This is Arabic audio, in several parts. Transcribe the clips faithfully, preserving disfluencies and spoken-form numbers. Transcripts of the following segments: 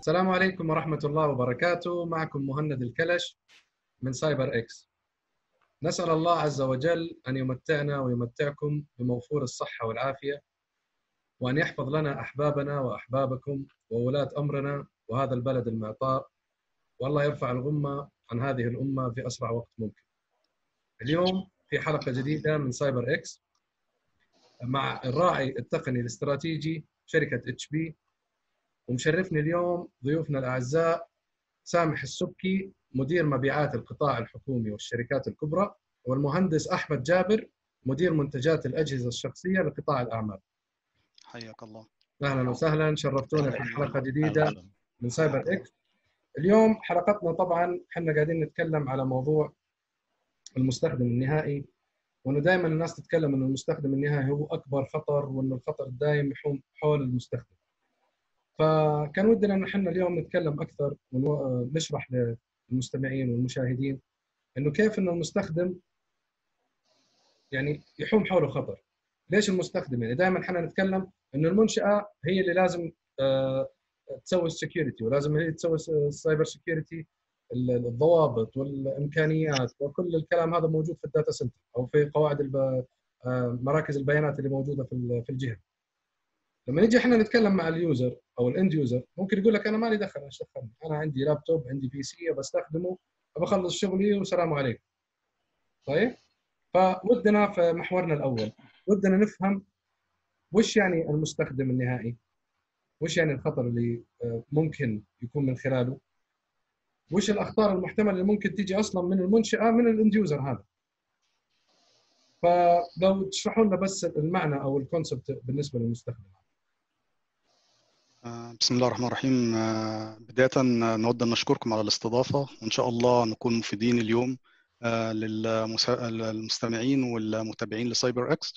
السلام عليكم ورحمة الله وبركاته. معكم مهند الكلش من سايبر إكس. نسأل الله عز وجل أن يمتعنا ويمتعكم بموفور الصحة والعافية، وأن يحفظ لنا أحبابنا وأحبابكم وولاة أمرنا وهذا البلد المعطاء، والله يرفع الغمة عن هذه الأمة في أسرع وقت ممكن. اليوم في حلقة جديدة من سايبر إكس مع الراعي التقني الاستراتيجي شركة اتش بي، ومشرفني اليوم ضيوفنا الأعزاء سامح السبكي مدير مبيعات القطاع الحكومي والشركات الكبرى، والمهندس أحمد جابر مدير منتجات الأجهزة الشخصية لقطاع الأعمال. حياك الله. أهلا وسهلا، شرفتونا في حلقة جديدة من سايبر إكس. اليوم حلقتنا طبعا احنا قاعدين نتكلم على موضوع المستخدم النهائي، وانه دائما الناس تتكلم انه المستخدم النهائي هو اكبر خطر، وانه الخطر دائم يحوم حول المستخدم. فكان ودنا ان احنا اليوم نتكلم اكثر ونشرح للمستمعين والمشاهدين انه كيف انه المستخدم يعني يحوم حوله خطر. ليش المستخدم؟ يعني دائما احنا نتكلم انه المنشاه هي اللي لازم آه تسوي السكيورتي، ولازم هي تسوي السايبر سكيورتي، الضوابط والامكانيات وكل الكلام هذا موجود في الداتا سنتر او في قواعد الب... آه مراكز البيانات اللي موجوده في في الجهه. لما نيجي احنا نتكلم مع اليوزر او الاند يوزر، ممكن يقول لك انا مالي دخل، ايش دخلني؟ انا عندي لابتوب، عندي بي سي بستخدمه، بخلص شغلي والسلام عليكم. طيب، فودنا في محورنا الاول ودنا نفهم وش يعني المستخدم النهائي، وش يعني الخطر اللي ممكن يكون من خلاله، وش الاخطار المحتمله اللي ممكن تيجي اصلا من المنشاه من الاند يوزر هذا. فلو تشرحوا لنا بس المعنى او الكونسبت بالنسبه للمستخدم. بسم الله الرحمن الرحيم. بداية نود أن نشكركم على الاستضافة، وإن شاء الله نكون مفيدين اليوم للمستمعين والمتابعين لسايبر إكس.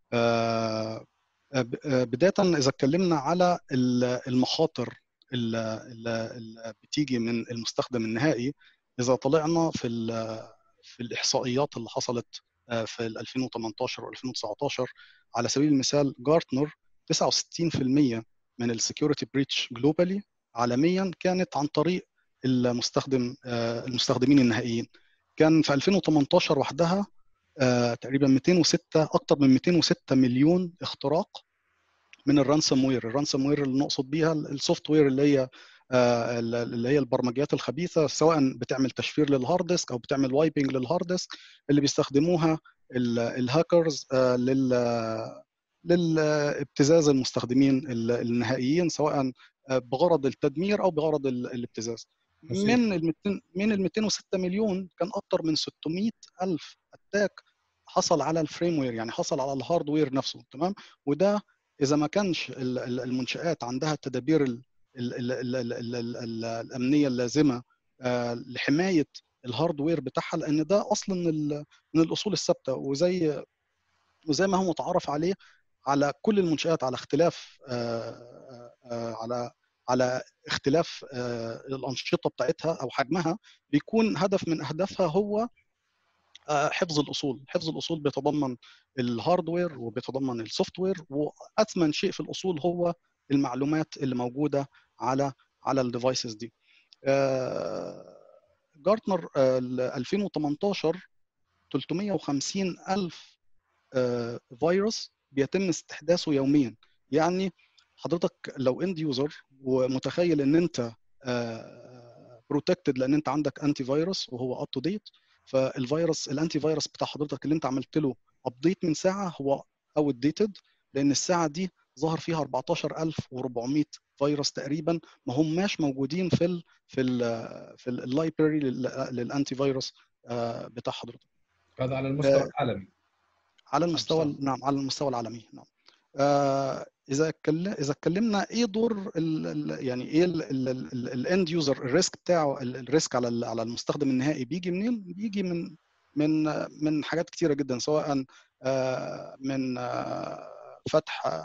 بداية إذا اتكلمنا على المخاطر اللي بتيجي من المستخدم النهائي، إذا طلعنا في في الإحصائيات اللي حصلت في ألفين وثمانية عشر و ألفين وتسعة عشر، على سبيل المثال جارتنر تسعة وستين بالمئة من السكيورتي بريتش جلوبالي عالميا كانت عن طريق المستخدم المستخدمين النهائيين. كان في ألفين وثمانية عشر وحدها تقريبا مئتين وستة اكثر من مئتين وستة مليون اختراق من الرانسوم وير. الرانسوم وير اللي نقصد بيها السوفت وير اللي هي اللي هي البرمجيات الخبيثه، سواء بتعمل تشفير للهارد ديسك او بتعمل وايبنج للهارد ديسك، اللي بيستخدموها الهاكرز لل للابتزاز المستخدمين النهائيين، سواء بغرض التدمير او بغرض الابتزاز. من ال من ال مئتين وستة مليون كان اكثر من ستمئة الف اتاك حصل على الفريم وير، يعني حصل على الهاردوير نفسه. تمام، وده اذا ما كانش المنشآت عندها التدابير ال ال ال ال ال ال ال ال الامنيه اللازمه لحمايه الهاردوير بتاعها، لان ده اصلا من الاصول الثابته، وزي وزي ما هو متعارف عليه على كل المنشآت، على اختلاف آآ آآ على على اختلاف الأنشطة بتاعتها أو حجمها، بيكون هدف من أهدافها هو حفظ الأصول. حفظ الأصول بيتضمن الهاردوير وبيتضمن السوفت وير، وأثمن شيء في الأصول هو المعلومات اللي موجودة على على الديفايسز دي. جارتنر ألفين وثمانية عشر ثلاثمئة وخمسين ألف فيروس بيتم استحداثه يوميا. يعني حضرتك لو اند يوزر ومتخيل ان انت بروتكتد لان انت عندك انتي فيروس وهو اب تو ديت، فالفيروس الانتي فيروس بتاع حضرتك اللي انت عملت له ابديت من ساعه هو اوت ديتد، لان الساعه دي ظهر فيها أربعة عشر ألف وأربعمئة فيروس تقريبا ما هماش موجودين في ال في ال في اللايبراري للانتي فيروس بتاع حضرتك. هذا على المستوى العالمي. على المستوى نعم على المستوى العالمي. نعم. آه اذا اتكلم اذا اتكلمنا ايه دور ال ال يعني ايه الاند يوزر، الريسك بتاعه، الريسك على على المستخدم النهائي بيجي منين؟ بيجي من من من حاجات كتيره جدا، سواء آه من آه فتح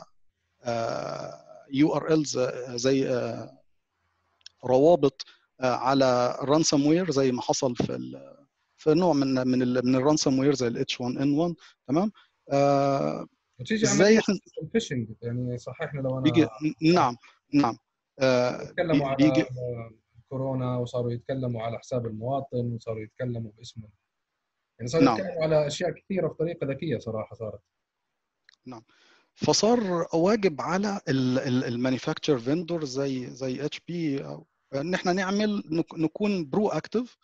يو ار الز زي آه روابط آه على الرانسوم وير، زي ما حصل في في نوع من من ال من الرانسوم وير زي الاتش واحد ان واحد. تمام. آه وتيجي عمليه الفيشنج، يعني صححنا لو انا بيجي. نعم نعم يتكلموا على كورونا، وصاروا يتكلموا على حساب المواطن، وصاروا يتكلموا باسمه، يعني صاروا نعم يتكلموا على اشياء كثيره بطريقه ذكيه صراحه صارت. نعم. فصار واجب على المانيفاكتشر فيندور زي زي اتش بي ان احنا نعمل نكون برو اكتف،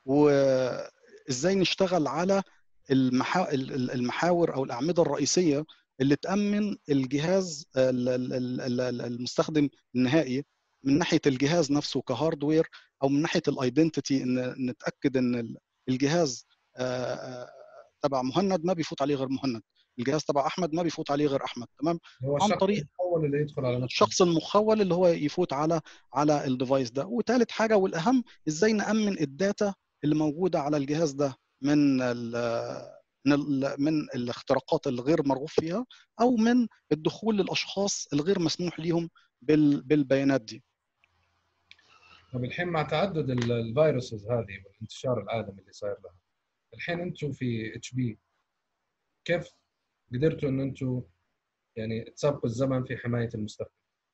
وازاي نشتغل على المحا... المحاور او الاعمده الرئيسيه اللي تامن الجهاز المستخدم النهائي، من ناحيه الجهاز نفسه كهاردوير، او من ناحيه الايدنتيتي، ان نتاكد ان الجهاز تبع مهند ما بيفوت عليه غير مهند، الجهاز تبع احمد ما بيفوت عليه غير احمد. تمام. هو عن الشخص طريق المخول اللي يدخل على نفسه. الشخص المخول اللي هو يفوت على على الديفايس ده. وثالث حاجه والاهم، ازاي نامن الداتا اللي موجوده على الجهاز ده من ال من ال من الاختراقات الغير مرغوب فيها، او من الدخول للاشخاص الغير مسموح لهم بالبيانات دي. طب الحين مع تعدد الفيروسز هذه والانتشار العالمي اللي صاير لها، الحين انتم في اتش بي كيف قدرتوا ان انتم يعني تسابقوا الزمن في حمايه المستخدم؟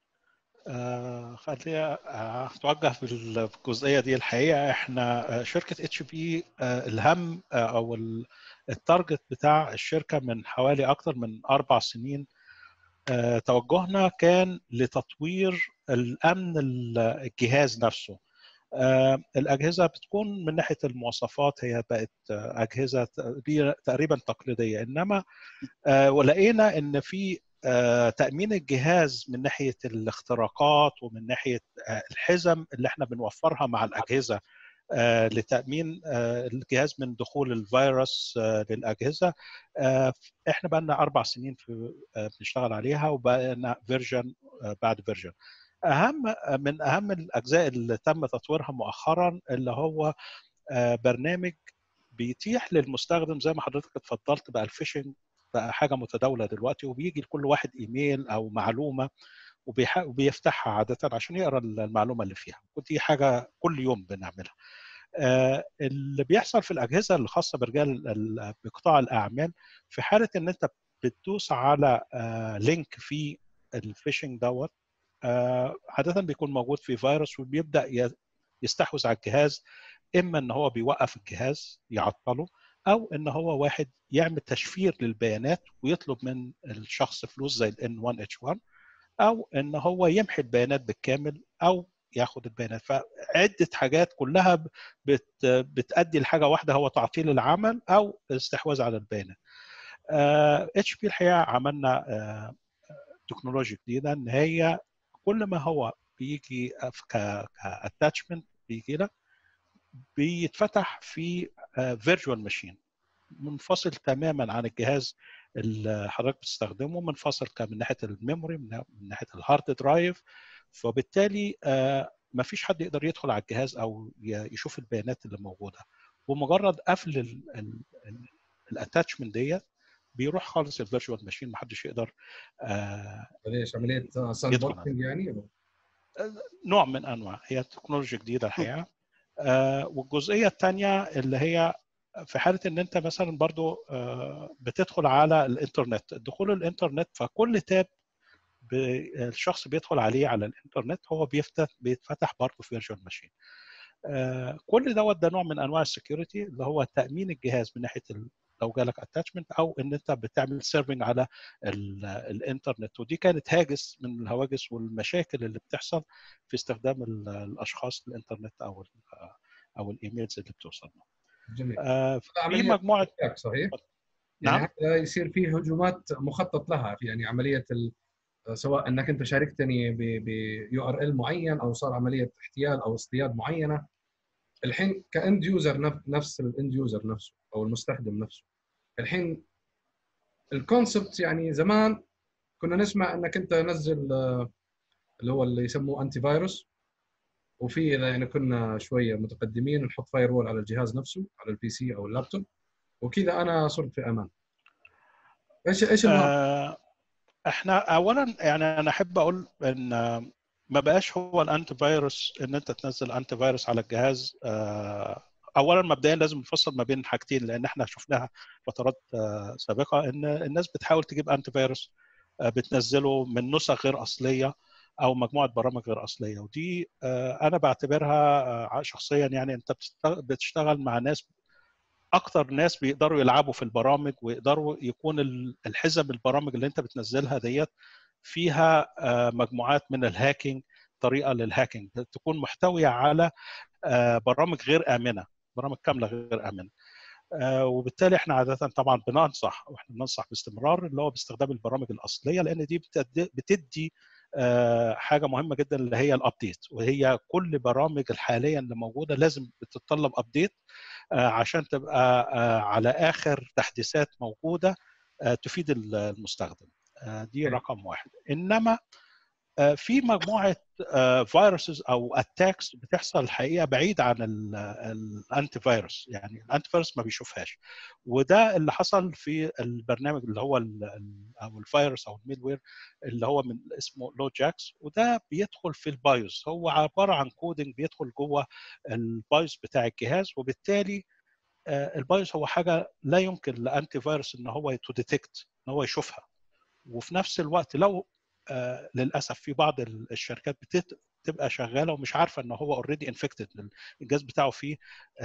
آه خلينا اتوجه في الجزئيه دي. الحقيقه احنا شركه اتش بي الهم او التارجت بتاع الشركه من حوالي اكثر من اربع سنين آه توجهنا كان لتطوير الامن الجهاز نفسه. آه الاجهزه بتكون من ناحيه المواصفات هي بقت اجهزه تقريبا تقليديه، انما آه ولقينا ان في آه تامين الجهاز من ناحيه الاختراقات ومن ناحيه آه الحزم اللي احنا بنوفرها مع الاجهزه آه لتامين آه الجهاز من دخول الفيروس آه للاجهزه. آه احنا بقى لنا اربع سنين في آه بنشتغل عليها، وبقى لنا فيرجن آه بعد فيرجن. اهم من اهم الاجزاء اللي تم تطويرها مؤخرا اللي هو آه برنامج بيتيح للمستخدم، زي ما حضرتك اتفضلت، بقى الفيشنج بقى حاجه متداوله دلوقتي، وبيجي لكل واحد ايميل او معلومه وبيفتحها عاده عشان يقرا المعلومه اللي فيها، ودي حاجه كل يوم بنعملها. آه اللي بيحصل في الاجهزه الخاصه برجال بقطاع الاعمال، في حاله ان انت بتدوس على آه لينك في الفيشنج دوت، آه عاده بيكون موجود في فيروس وبيبدا يستحوذ على الجهاز، اما ان هو بيوقف الجهاز يعطله، او ان هو واحد يعمل تشفير للبيانات ويطلب من الشخص فلوس زي ال إن وان إتش وان، او ان هو يمحي البيانات بالكامل او ياخد البيانات. فعده حاجات كلها بت بتؤدي لحاجه واحده، هو تعطيل العمل او استحواذ على البيانات. اتش بي الحقيقه عملنا آه تكنولوجيا جديده، ان هي كل ما هو بيجي كاتاتشمنت بيجي لك بيتفتح في فيرتشوال ماشين منفصل تماما عن الجهاز اللي حضرتك بتستخدمه، منفصل من ناحيه الميموري، من ناحيه الهارد درايف. فبالتالي ما فيش حد يقدر يدخل على الجهاز او يشوف البيانات اللي موجوده. بمجرد قفل الاتاتشمنت ديت بيروح خالص الفيرتشوال ماشين، ما حدش يقدر ليش عمليه ساند بوكسنج يعني؟ نوع من انواع، هي تكنولوجيا جديده الحقيقه. آه والجزئيه الثانيه اللي هي في حاله ان انت مثلا برضو آه بتدخل على الانترنت، دخول الانترنت، فكل تاب الشخص بيدخل عليه على الانترنت هو بيفتح بيتفتح برضو في فيرتشوال ماشين. آه كل دوت ده نوع من انواع السكيورتي اللي هو تامين الجهاز من ناحيه ال... لو جالك اتاتشمنت او ان انت بتعمل سيرفنج على الانترنت. ودي كانت هاجس من الهواجس والمشاكل اللي بتحصل في استخدام الاشخاص الانترنت او او الايميلز اللي بتوصل لهم. جميل. آه في مجموعه صحيح. نعم. يعني هذا يصير فيه هجومات مخطط لها، في يعني عمليه ال... سواء انك انت شاركتني بيو ار ال معين، او صار عمليه احتيال او اصطياد معينه. الحين كاند يوزر، نفس الاند يوزر نفسه او المستخدم نفسه، الحين الكونسبت يعني زمان كنا نسمع انك انت نزل اللي هو اللي يسموه انتي فيروس، وفي اذا يعني كنا شويه متقدمين نحط فاير وول على الجهاز نفسه، على البي سي او اللابتوب، وكذا انا صرت في امان. ايش ايش الواقع؟ آه احنا اولا يعني انا احب اقول ان ما بقاش هو الانتي فيروس ان انت تنزل انتي فيروس على الجهاز. آه اولا مبدئيا لازم نفصل ما بين حاجتين، لان احنا شفناها فترات آه سابقه ان الناس بتحاول تجيب انتي فيروس آه بتنزله من نسخ غير اصليه او مجموعه برامج غير اصليه. ودي انا بعتبرها شخصيا، يعني انت بتشتغل مع ناس، اكتر ناس بيقدروا يلعبوا في البرامج ويقدروا يكون الحزب البرامج اللي انت بتنزلها ديت فيها مجموعات من الهاكينج، طريقه للهاكينج تكون محتويه على برامج غير امنه، برامج كامله غير امنه. وبالتالي احنا عاده طبعا بننصح، واحنا بننصح باستمرار اللي هو باستخدام البرامج الاصليه، لان دي بتدي حاجه مهمه جدا اللي هي الابديت، وهي كل برامج الحاليه اللي موجوده لازم بتتطلب ابديت عشان تبقى على اخر تحديثات موجوده تفيد المستخدم. دي رقم واحد. انما في مجموعه فيروسز او اتاكس بتحصل الحقيقه بعيد عن الانتي فيروس، يعني الانتي فيروس ما بيشوفهاش، وده اللي حصل في البرنامج اللي هو او الفيروس او الميل وير اللي هو من اسمه لو جاكس، وده بيدخل في البايوس، هو عباره عن كودنج بيدخل جوه البايوس بتاع الجهاز، وبالتالي البايوس هو حاجه لا يمكن لانتي فيروس ان هو تو ديتكت، ان هو يشوفها. وفي نفس الوقت لو آه للاسف في بعض الشركات بتبقى شغاله ومش عارفه ان هو اوريدي انفكتد، الجهاز بتاعه فيه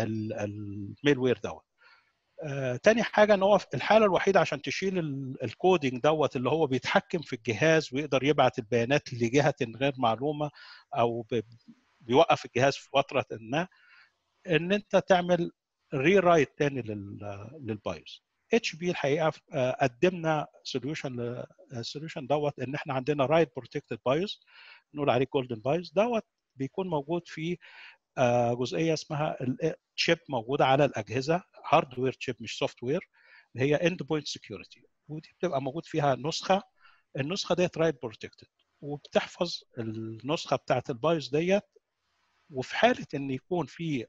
الميل وير دوت. آه تاني حاجه ان هو في الحاله الوحيده عشان تشيل الكودينج دوت اللي هو بيتحكم في الجهاز ويقدر يبعت البيانات لجهه غير معلومه او بيوقف الجهاز في فتره ما، ان انت تعمل ري رايت تاني للبايوس. اتش بي الحقيقه قدمنا سوليوشن السوليوشن دوت ان احنا عندنا رايت بروتكتد بايوس، نقول عليه جولدن بايوس دوت، بيكون موجود في جزئيه اسمها الشيب موجوده على الاجهزه، هاردوير شيب مش سوفت وير، اللي هي اند بوينت سكيورتي، ودي بتبقى موجود فيها نسخه، النسخه ديت رايت بروتكتد، وبتحفظ النسخه بتاعت البايوس ديت. وفي حاله ان يكون في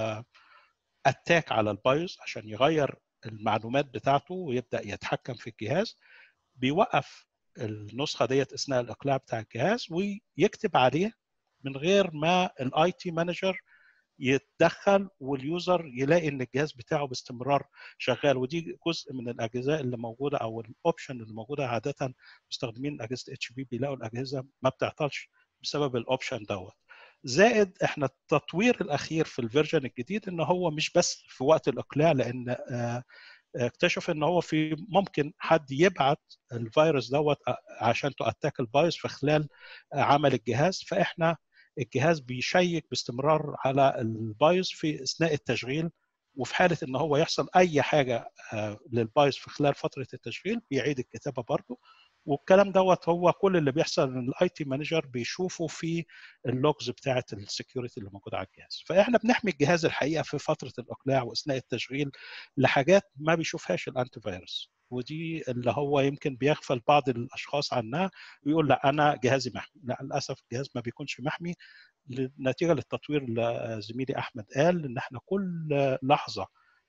اتاك على البايوس عشان يغير المعلومات بتاعته ويبدا يتحكم في الجهاز، بيوقف النسخه ديت اثناء الاقلاع بتاع الجهاز ويكتب عليه من غير ما الاي تي مانجر يتدخل واليوزر يلاقي ان الجهاز بتاعه باستمرار شغال. ودي جزء من الاجهزه اللي موجوده او الاوبشن اللي موجوده، عاده مستخدمين اجهزه اتش بي بيلاقوا الاجهزه ما بتعطلش بسبب الاوبشن دوت. زائد احنا التطوير الاخير في الفيرجن الجديد ان هو مش بس في وقت الاقلاع، لان اكتشف ان هو في ممكن حد يبعت الفيروس دوت عشان تؤتاك البايوس في خلال عمل الجهاز، فاحنا الجهاز بيشيك باستمرار على البايوس في اثناء التشغيل، وفي حاله ان هو يحصل اي حاجه للبايوس في خلال فتره التشغيل بيعيد الكتابه برضه. والكلام دوت هو كل اللي بيحصل ان الاي تي مانجر بيشوفه في اللوجز بتاعه السكيورتي اللي موجوده على الجهاز. فاحنا بنحمي الجهاز الحقيقه في فتره الاقلاع واثناء التشغيل لحاجات ما بيشوفهاش الانتي فيروس، ودي اللي هو يمكن بيغفل بعض الاشخاص عنها ويقول لا انا جهازي محمي. لا، للاسف الجهاز ما بيكونش محمي نتيجه للتطوير اللي زميلي احمد قال ان احنا كل لحظه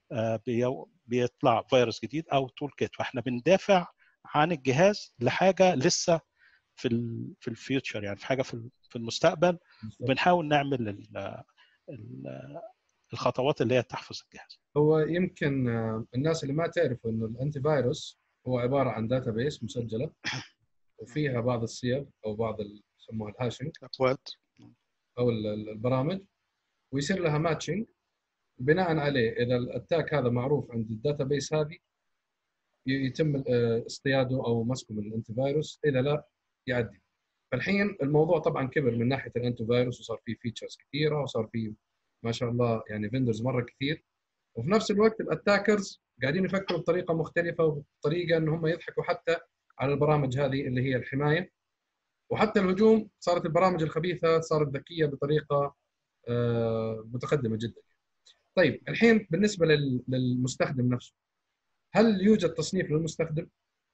بيطلع فيروس جديد او تول كيت، فاحنا بندافع عن الجهاز لحاجه لسه في ال في الفيوتشر، يعني في حاجه في في المستقبل، وبنحاول نعمل ال ال الخطوات اللي هي تحفظ الجهاز. هو يمكن الناس اللي ما تعرفوا انه الانتي فيروس هو عباره عن داتا بيس مسجله وفيها بعض الصيغ او بعض يسموها الهاشنج اكواد او البرامج، ويصير لها ماتشنج بناء عليه اذا الاتاك هذا معروف عند الداتا بيس هذه يتم اصطياده او مسكه من الانتي فيروس، اذا لا يعدي. فالحين الموضوع طبعا كبر من ناحيه الانتي فيروس وصار فيه فيتشرز كثيره وصار فيه ما شاء الله يعني فيندرز مره كثير، وفي نفس الوقت الاتاكرز قاعدين يفكروا بطريقه مختلفه وبطريقه ان هم يضحكوا حتى على البرامج هذه اللي هي الحمايه، وحتى الهجوم صارت البرامج الخبيثه صارت ذكيه بطريقه متقدمه جدا. طيب الحين بالنسبه للمستخدم نفسه، هل يوجد تصنيف للمستخدم؟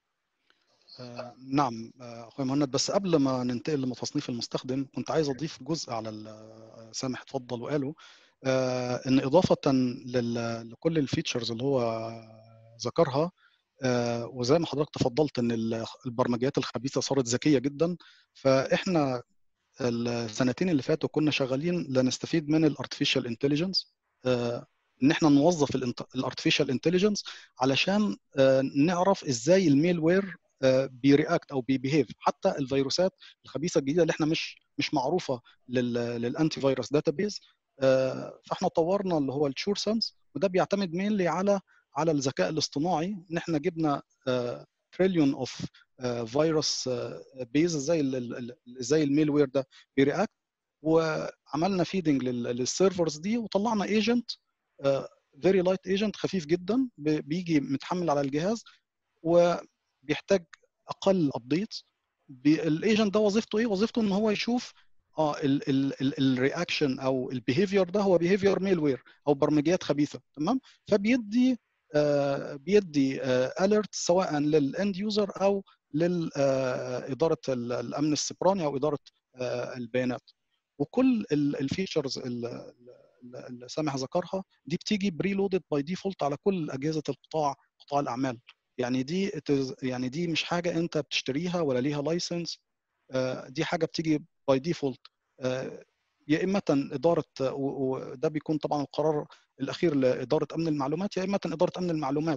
آه نعم اخوي مهند، بس قبل ما ننتقل لتصنيف المستخدم كنت عايز اضيف جزء على سامح اتفضل وقاله، آه ان اضافه لكل الفيتشرز اللي هو ذكرها، آه وزي ما حضرتك تفضلت ان البرمجيات الخبيثه صارت ذكيه جدا، فاحنا السنتين اللي فاتوا كنا شغالين لنستفيد من الارتفيشال انتليجنس، آه ان احنا نوظف الارتفيشال انتليجنس علشان آه نعرف ازاي الميل وير بيرياكت او بيبيهيف. حتى الفيروسات الخبيثه الجديده اللي احنا مش مش معروفه للانتي فيروس داتابيز، فاحنا طورنا اللي هو الشور سنس، وده بيعتمد مينلي على على الذكاء الاصطناعي، ان احنا جبنا تريليون اوف فيروس بيز زي زي الميل وير ده بيرياكت، وعملنا فيدنج للسيرفرز دي، وطلعنا ايجنت فيري لايت ايجنت خفيف جدا بيجي متحمل على الجهاز وبيحتاج اقل ابديت. الايجنت ده وظيفته ايه؟ وظيفته ان هو يشوف اه الرياكشن او البيهيفير ده هو بيهيفير ميل وير او برمجيات خبيثه، تمام؟ فبيدي آه بيدي اليرت آه سواء للاند يوزر او لاداره آه الامن السيبراني او اداره آه البيانات. وكل الفيتشرز اللي سامح ذكرها دي بتيجي بريلودد باي ديفولت على كل اجهزه القطاع، قطاع الاعمال. يعني دي يعني دي مش حاجه انت بتشتريها ولا ليها لايسنس، دي حاجه بتيجي باي ديفولت. يا اما اداره، وده بيكون طبعا القرار الاخير لاداره امن المعلومات، يا اما اداره امن المعلومات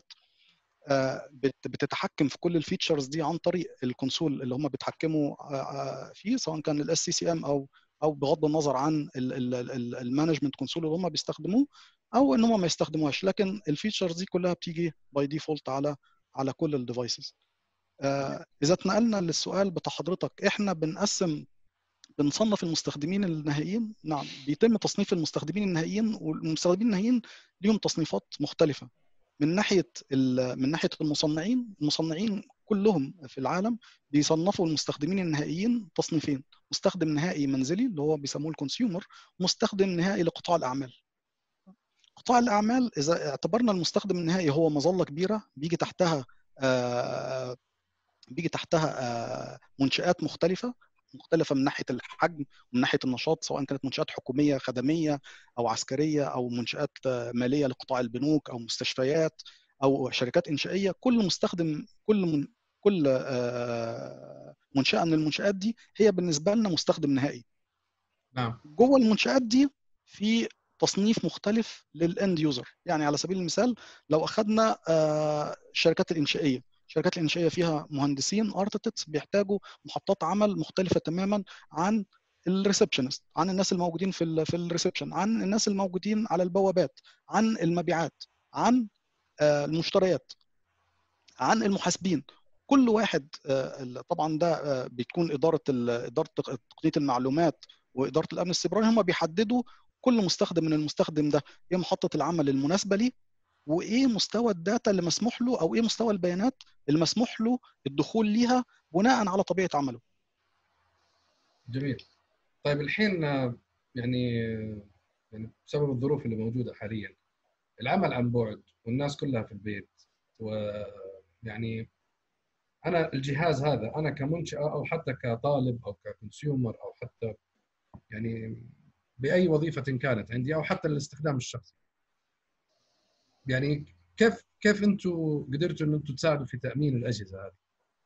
بتتحكم في كل الفيتشرز دي عن طريق الكونسول اللي هم بيتحكموا فيه، سواء كان الاس سي سي ام او او بغض النظر عن المانجمنت كونسول اللي هم بيستخدموه، او ان هم ما يستخدموهاش. لكن الفيتشرز دي كلها بتيجي باي ديفولت على على كل الديفايسز. اذا اتنقلنا للسؤال بتاع حضرتك، احنا بنقسم بنصنف المستخدمين النهائيين. نعم، بيتم تصنيف المستخدمين النهائيين، والمستخدمين النهائيين ليهم تصنيفات مختلفه. من ناحيه من ناحيه المصنعين، المصنعين كلهم في العالم بيصنفوا المستخدمين النهائيين تصنيفين: مستخدم نهائي منزلي اللي هو بيسموه الكونسيومر، ومستخدم نهائي لقطاع الاعمال. قطاع الاعمال اذا اعتبرنا المستخدم النهائي هو مظله كبيره بيجي تحتها آه بيجي تحتها آه منشآت مختلفه مختلفه من ناحيه الحجم ومن ناحيه النشاط، سواء كانت منشآت حكوميه خدميه او عسكريه او منشآت ماليه لقطاع البنوك او مستشفيات او شركات انشائيه. كل مستخدم كل من كل آه منشاه من المنشآت دي هي بالنسبه لنا مستخدم نهائي. نعم. جوه المنشآت دي في تصنيف مختلف للاند يوزر. يعني على سبيل المثال لو اخذنا آه الشركات الانشائيه، الشركات الانشائيه فيها مهندسين اركتكتس بيحتاجوا محطات عمل مختلفه تماما عن الريسبشنست، عن الناس الموجودين في ال في الريسبشن، عن الناس الموجودين على البوابات، عن المبيعات، عن آه المشتريات، عن المحاسبين. كل واحد آه طبعا ده آه بتكون اداره اداره تقنيه المعلومات واداره الامن السيبراني هم بيحددوا كل مستخدم من المستخدم ده ايه محطه العمل المناسبه ليه، وايه مستوى الداتا اللي مسموح له، او ايه مستوى البيانات اللي مسموح له الدخول ليها بناء على طبيعه عمله. جميل. طيب الحين يعني يعني بسبب الظروف اللي موجوده حاليا، العمل عن بعد والناس كلها في البيت، ويعني انا الجهاز هذا انا كمنشاه او حتى كطالب او ككونسيومر او حتى يعني باي وظيفه كانت عندي او حتى للاستخدام الشخصي، يعني كيف كيف انتم قدرتوا ان انتم تساعدوا في تامين الاجهزه هذه؟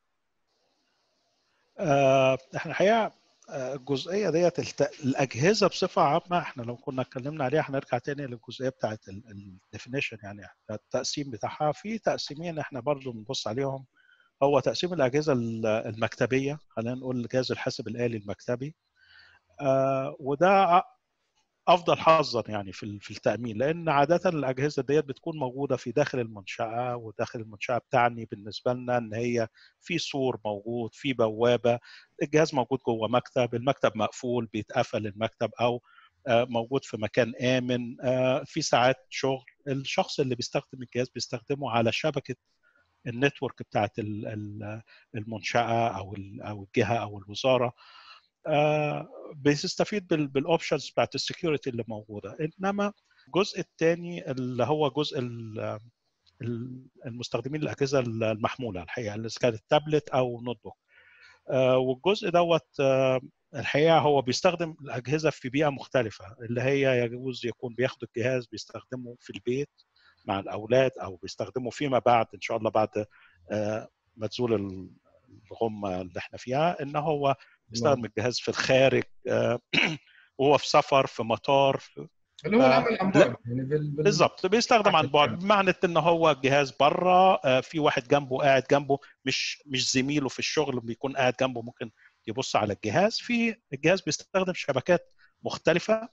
آه، احنا الحقيقه الجزئيه ديت الت... الاجهزه بصفه عامه، احنا لو كنا اتكلمنا عليها هنرجع تاني للجزئيه بتاعه الديفينيشن، يعني التقسيم بتاعها. في تقسيمين احنا برضو بنبص عليهم. هو تقسيم الاجهزه المكتبيه، خلينا نقول جهاز الحاسب الالي المكتبي، آه وده افضل حظا يعني في في التامين، لان عاده الاجهزه ديت بتكون موجوده في داخل المنشاه، وداخل المنشاه بتعني بالنسبه لنا ان هي في سور موجود، في بوابه، الجهاز موجود جوه مكتب، المكتب مقفول بيتقفل المكتب، او موجود في مكان امن، في ساعات شغل. الشخص اللي بيستخدم الجهاز بيستخدمه على شبكه النتورك بتاعت المنشاه او او الجهه او الوزاره، آه بتستفيد بالاوبشنز بتاعت السكيورتي اللي موجوده. انما الجزء الثاني اللي هو جزء المستخدمين الاجهزه المحموله الحقيقه، اللي كانت تابلت او نوت بوك، آه والجزء دوت آه الحقيقه هو بيستخدم الاجهزه في بيئه مختلفه، اللي هي يجوز يكون بياخد الجهاز بيستخدمه في البيت مع الاولاد، او بيستخدمه فيما بعد ان شاء الله بعد آه ما تزول الغمه اللي احنا فيها، ان هو يستخدم الجهاز في الخارج، وهو في سفر، في مطار، اللي هو العمل عن بعد يعني بال... بال... بالضبط بيستخدم عن بعد، بمعنى ان هو الجهاز بره، في واحد جنبه قاعد جنبه، مش مش زميله في الشغل بيكون قاعد جنبه ممكن يبص على الجهاز. في الجهاز بيستخدم شبكات مختلفه،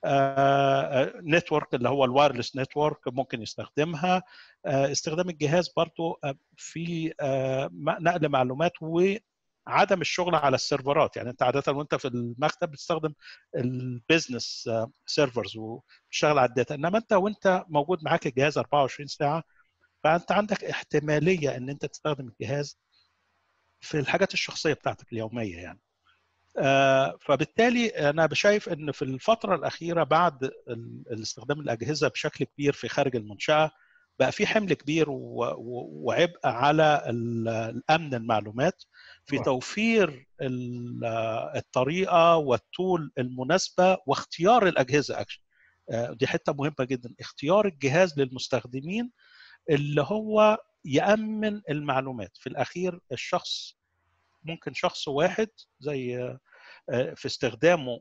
نتورك اللي هو الوايرلس نتورك ممكن يستخدمها. استخدام الجهاز برضو في نقل معلومات وعدم الشغل على السيرفرات. يعني انت عاده وانت في المكتب بتستخدم البيزنس سيرفرز وبتشتغل على الداتا، انما انت وانت موجود معاك الجهاز أربعة وعشرين ساعه، فانت عندك احتماليه ان انت تستخدم الجهاز في الحاجات الشخصيه بتاعتك اليوميه يعني. فبالتالي انا شايف ان في الفتره الاخيره بعد استخدام الاجهزه بشكل كبير في خارج المنشاه، بقى في حمل كبير وعبء على الامن المعلومات في توفير الطريقه والتول المناسبه واختيار الاجهزه. اكشن دي حته مهمه جدا، اختيار الجهاز للمستخدمين اللي هو يامن المعلومات. في الاخير الشخص ممكن شخص واحد زي في استخدامه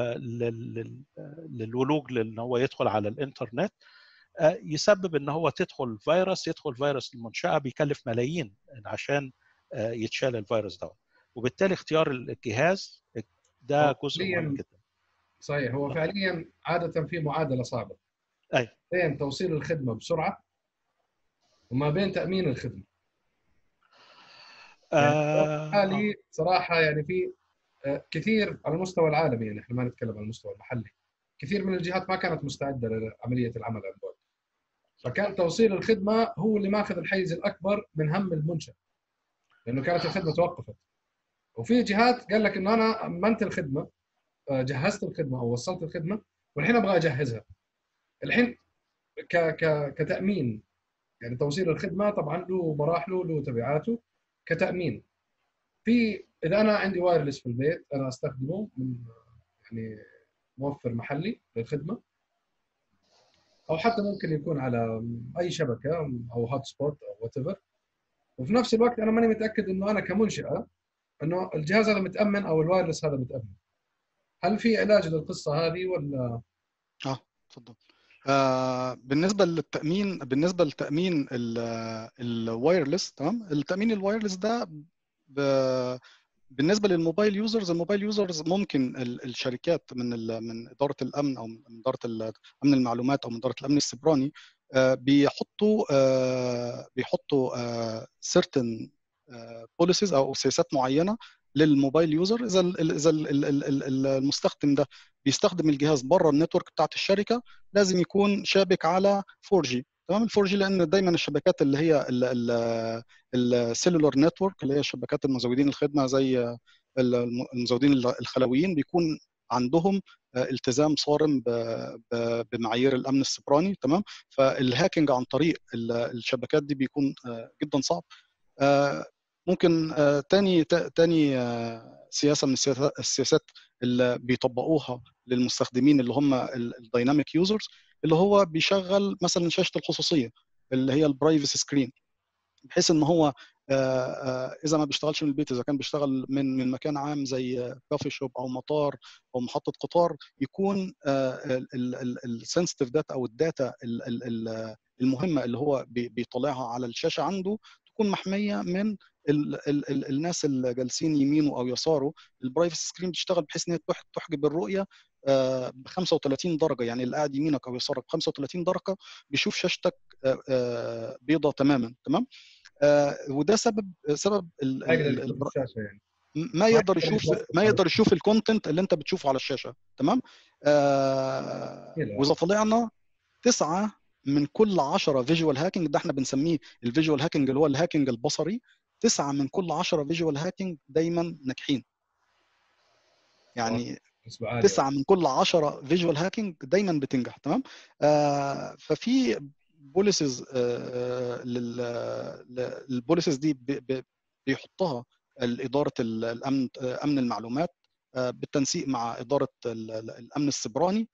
للولوج لان هو يدخل على الانترنت يسبب ان هو تدخل فيروس يدخل فيروس المنشاه بيكلف ملايين عشان يتشال الفيروس ده. وبالتالي اختيار الجهاز ده جزء مهم جدا. صحيح. هو فعليا عاده في معادله صعبه اي بين توصيل الخدمه بسرعه وما بين تامين الخدمه. يعني حالي آه صراحه يعني في كثير على المستوى العالمي، يعني احنا ما نتكلم على المستوى المحلي، كثير من الجهات ما كانت مستعده لعمليه العمل عن بعد، فكان توصيل الخدمه هو اللي ماخذ الحيز الاكبر من هم المنشاه، لانه كانت الخدمه توقفت. وفي جهات قال لك انه انا امنت الخدمه، جهزت الخدمه او وصلت الخدمه والحين ابغى اجهزها. الحين ك ك كتامين، يعني توصيل الخدمه طبعا له مراحله له تبعاته. كتامين، في اذا انا عندي وايرلس في البيت انا استخدمه من يعني موفر محلي للخدمه، او حتى ممكن يكون على اي شبكه او هوت سبوت او وات ايفر. وفي نفس الوقت انا ماني متاكد انه انا كمنشاه انه الجهاز هذا متامن او الوايرلس هذا متامن. هل في علاج للقصه هذه ولا؟ اه تفضل. آه بالنسبه للتامين بالنسبه للتامين الوايرلس، تمام. التامين الوايرلس ده بالنسبه للموبايل يوزرز، الموبايل يوزرز ممكن الشركات من من اداره الامن او من اداره امن المعلومات او من اداره الامن السيبراني بيحطوا بيحطوا certain policies او سياسات معينه للموبايل يوزر. اذا اذا المستخدم ده بيستخدم الجهاز بره النتورك بتاعت الشركه لازم يكون شابك على فور جي، تمام. الفور جي لان دايما الشبكات اللي هي السيلولار نتورك اللي هي شبكات المزودين الخدمه زي المزودين الخلويين بيكون عندهم التزام صارم بمعايير الامن السيبراني، تمام. فالهاكينج عن طريق الشبكات دي بيكون جدا صعب. ممكن تاني تاني سياسه من السياسات اللي بيطبقوها للمستخدمين اللي هم الدايناميك يوزرز، اللي هو بيشغل مثلا شاشه الخصوصيه اللي هي البرايفسي سكرين، بحيث ان هو اذا ما بيشتغلش من البيت، اذا كان بيشتغل من من مكان عام زي كافي شوب او مطار او محطه قطار، يكون السنسيتيف داتا او الداتا المهمه اللي هو بيطلعها على الشاشه عنده تكون محميه من ال ال ال الناس اللي جالسين يمينه او يساره. البرايفسي سكرين بتشتغل بحيث ان هي تحجب الرؤيه ب خمسة وثلاثين درجه، يعني اللي قاعد يمينك او يسارك ب خمسة وثلاثين درجه بيشوف شاشتك بيضاء تماما، تمام. آه وده سبب سبب ال ال ال الشاشه يعني ما يقدر يشوف ما يقدر يشوف الكونتنت اللي انت بتشوفه على الشاشه، تمام. آه واذا طلعنا تسعة من كل عشرة فيجوال هاكينج، ده احنا بنسميه الفيجوال هاكينج اللي هو الهاكينج البصري، تسعة من كل عشرة فيجوال هاكينج دايما ناجحين. يعني تسعة من كل عشرة فيجوال هاكينج دايما بتنجح، تمام. آه ففي بوليسز للبوليسز دي بيحطها اداره الامن امن المعلومات بالتنسيق مع اداره الامن السيبراني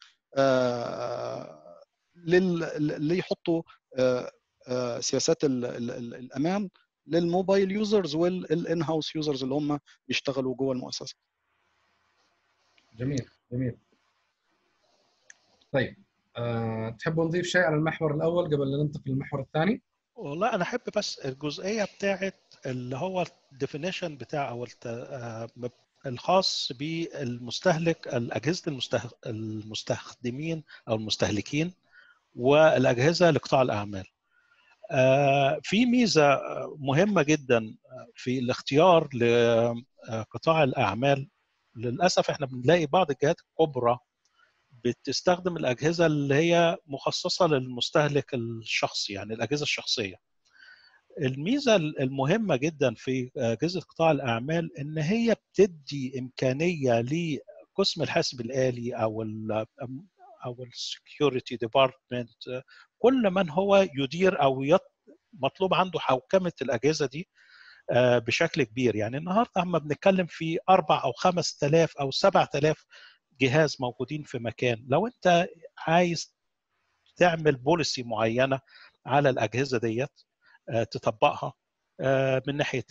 اللي يحطوا سياسات الامان للموبايل يوزرز والان هاوس يوزرز اللي هم بيشتغلوا جوه المؤسسه. جميل جميل. طيب أه تحبوا نضيف شيء على المحور الاول قبل لا ننتقل للمحور الثاني؟ والله انا احب بس الجزئيه بتاعت اللي هو الديفينيشن بتاع او الخاص بالمستهلك، الاجهزه المسته... المستخدمين او المستهلكين والاجهزه لقطاع الاعمال. في ميزه مهمه جدا في الاختيار لقطاع الاعمال. للاسف احنا بنلاقي بعض الجهات الكبرى بتستخدم الاجهزه اللي هي مخصصه للمستهلك الشخصي، يعني الاجهزه الشخصيه. الميزه المهمه جدا في اجهزه قطاع الاعمال ان هي بتدي امكانيه لقسم الحاسب الالي او ال او السكيورتي ديبارتمنت، كل من هو يدير او يط... مطلوب عنده حوكمه الاجهزه دي بشكل كبير. يعني النهارده احنا بنتكلم في أربعة أو خمسة آلاف أو سبعة آلاف جهاز موجودين في مكان. لو أنت عايز تعمل بوليسي معينة على الأجهزة ديت تطبقها من ناحية